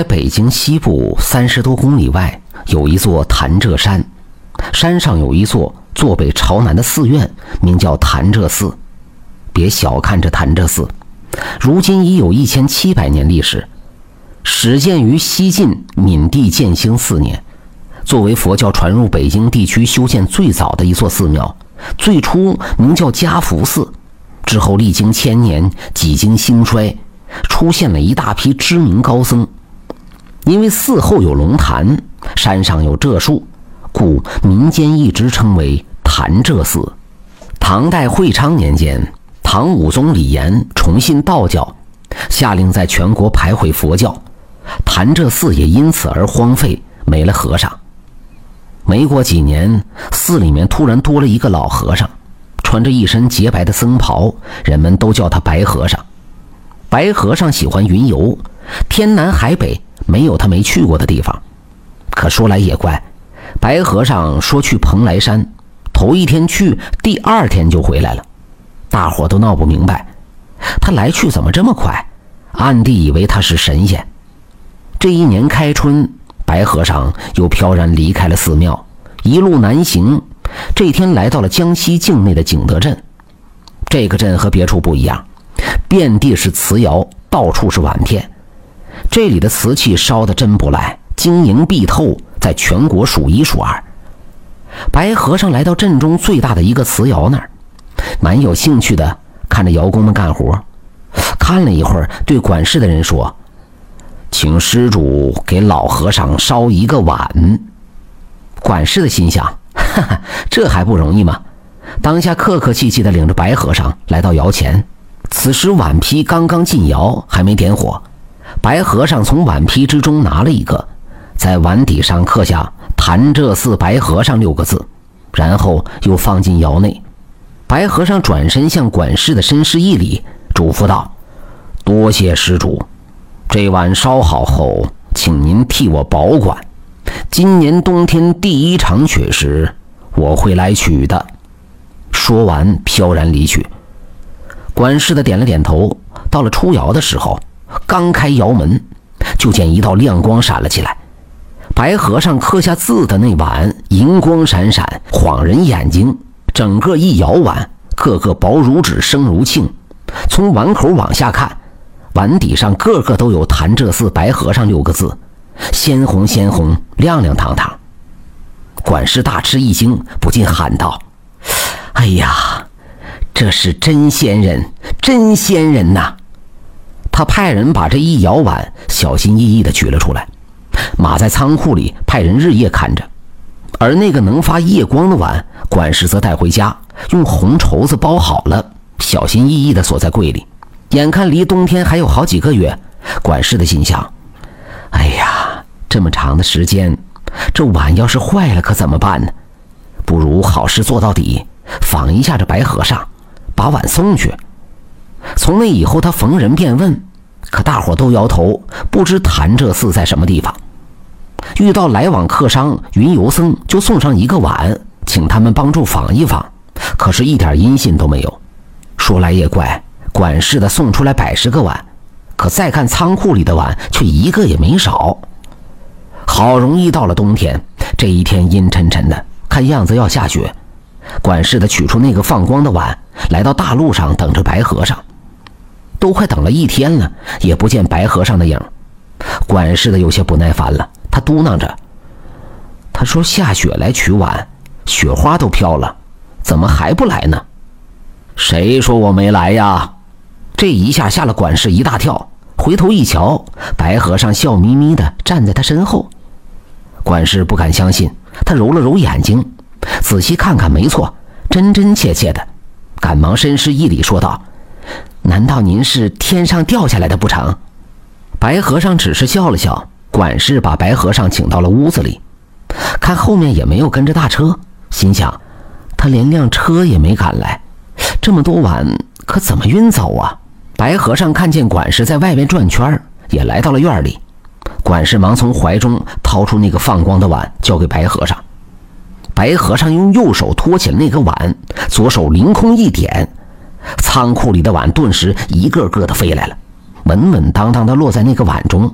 在北京西部30多公里外有一座潭柘山，山上有一座坐北朝南的寺院，名叫潭柘寺。别小看这潭柘寺，如今已有1700年历史，始建于西晋闵帝建兴4年，作为佛教传入北京地区修建最早的一座寺庙，最初名叫嘉福寺，之后历经1000年，几经兴衰，出现了一大批知名高僧。因为寺后有龙潭，山上有柘树，故民间一直称为潭柘寺。唐代会昌年间，唐武宗李炎崇信道教，下令在全国排毁佛教，潭柘寺也因此而荒废，没了和尚。没过几年，寺里面突然多了一个老和尚，穿着一身洁白的僧袍，人们都叫他白和尚。白和尚喜欢云游，天南海北没有他没去过的地方。可说来也怪，白和尚说去蓬莱山，头一天去，第2天就回来了。大伙都闹不明白，他来去怎么这么快，暗地以为他是神仙。这一年开春，白和尚又飘然离开了寺庙，一路南行。这天来到了江西境内的景德镇。这个镇和别处不一样，遍地是瓷窑，到处是碗片。这里的瓷器烧得真不赖，晶莹碧透，在全国数1数2。白和尚来到镇中最大的一个瓷窑那儿，蛮有兴趣的看着窑工们干活，看了一会儿，对管事的人说：“请施主给老和尚烧1个碗。”管事的心想：哈哈，这还不容易吗？当下客客气气地领着白和尚来到窑前。此时碗坯刚刚进窑，还没点火。白和尚从碗坯之中拿了一个，在碗底上刻下潭柘寺白和尚6个字，然后又放进窑内。白和尚转身向管事的深施一礼，嘱咐道：“多谢施主，这碗烧好后，请您替我保管。今年冬天第1场雪时，我会来取的。”说完飘然离去。管事的点了点头。到了出窑的时候，刚开窑门，就见一道亮光闪了起来。白和尚刻下字的那碗银光闪闪，晃人眼睛。整个一窑碗，个个薄如纸，生如磬。从碗口往下看，碗底上个个都有潭柘寺白和尚6个字，鲜红鲜红，亮亮堂堂。管事大吃一惊，不禁喊道：“哎呀，这是真仙人，真仙人呐！”他派人把这一窑碗小心翼翼地取了出来，码在仓库里，派人日夜看着。而那个能发夜光的碗，管事则带回家，用红绸子包好了，小心翼翼地锁在柜里。眼看离冬天还有好几个月，管事的心想：哎呀，这么长的时间，这碗要是坏了可怎么办呢？不如好事做到底，访一下这白和尚，把碗送去。从那以后，他逢人便问，可大伙都摇头，不知潭柘寺在什么地方。遇到来往客商、云游僧，就送上1个碗，请他们帮助访一访，可是一点音信都没有。说来也怪，管事的送出来100十个碗，可再看仓库里的碗，却1个也没少。好容易到了冬天，这一天阴沉沉的，看样子要下雪。管事的取出那个放光的碗，来到大路上等着白和尚。都快等了1天了，也不见白和尚的影。管事的有些不耐烦了，他嘟囔着：“他说下雪来取碗，雪花都飘了，怎么还不来呢？”“谁说我没来呀？”这一下吓了管事一大跳，回头一瞧，白和尚笑眯眯地站在他身后。管事不敢相信，他揉了揉眼睛，仔细看看，没错，真真切切的，赶忙深施一礼说道：“难道您是天上掉下来的不成？”白和尚只是笑了笑。管事把白和尚请到了屋子里，看后面也没有跟着大车，心想他连辆车也没赶来，这么多碗可怎么运走啊？白和尚看见管事在外面转圈，也来到了院里。管事忙从怀中掏出那个放光的碗，交给白和尚。白和尚用右手托起了那个碗，左手凌空一点，仓库里的碗顿时一个个的飞来了，稳稳当当的落在那个碗中。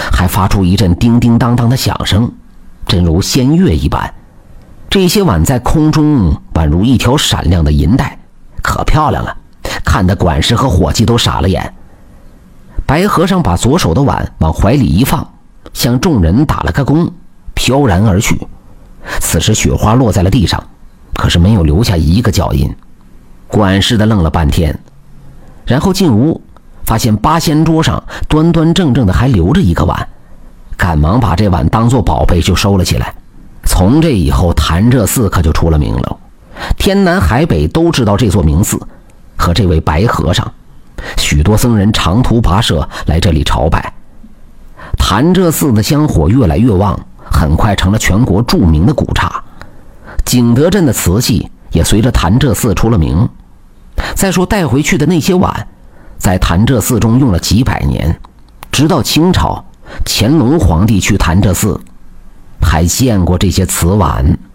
还发出一阵叮叮当当的响声，真如仙乐一般。这些碗在空中宛如一条闪亮的银带，可漂亮了，看得管事和伙计都傻了眼。白和尚把左手的碗往怀里一放，向众人打了个躬，飘然而去。此时雪花落在了地上，可是没有留下一个脚印。管事的愣了半天，然后进屋，发现八仙桌上端端正正的还留着一个碗，赶忙把这碗当作宝贝就收了起来。从这以后，潭柘寺可就出了名了，天南海北都知道这座名寺和这位白和尚，许多僧人长途跋涉来这里朝拜。潭柘寺的香火越来越旺，很快成了全国著名的古刹。景德镇的瓷器也随着潭柘寺出了名。再说带回去的那些碗，在潭柘寺中用了几百年，直到清朝乾隆皇帝去潭柘寺，还见过这些瓷碗。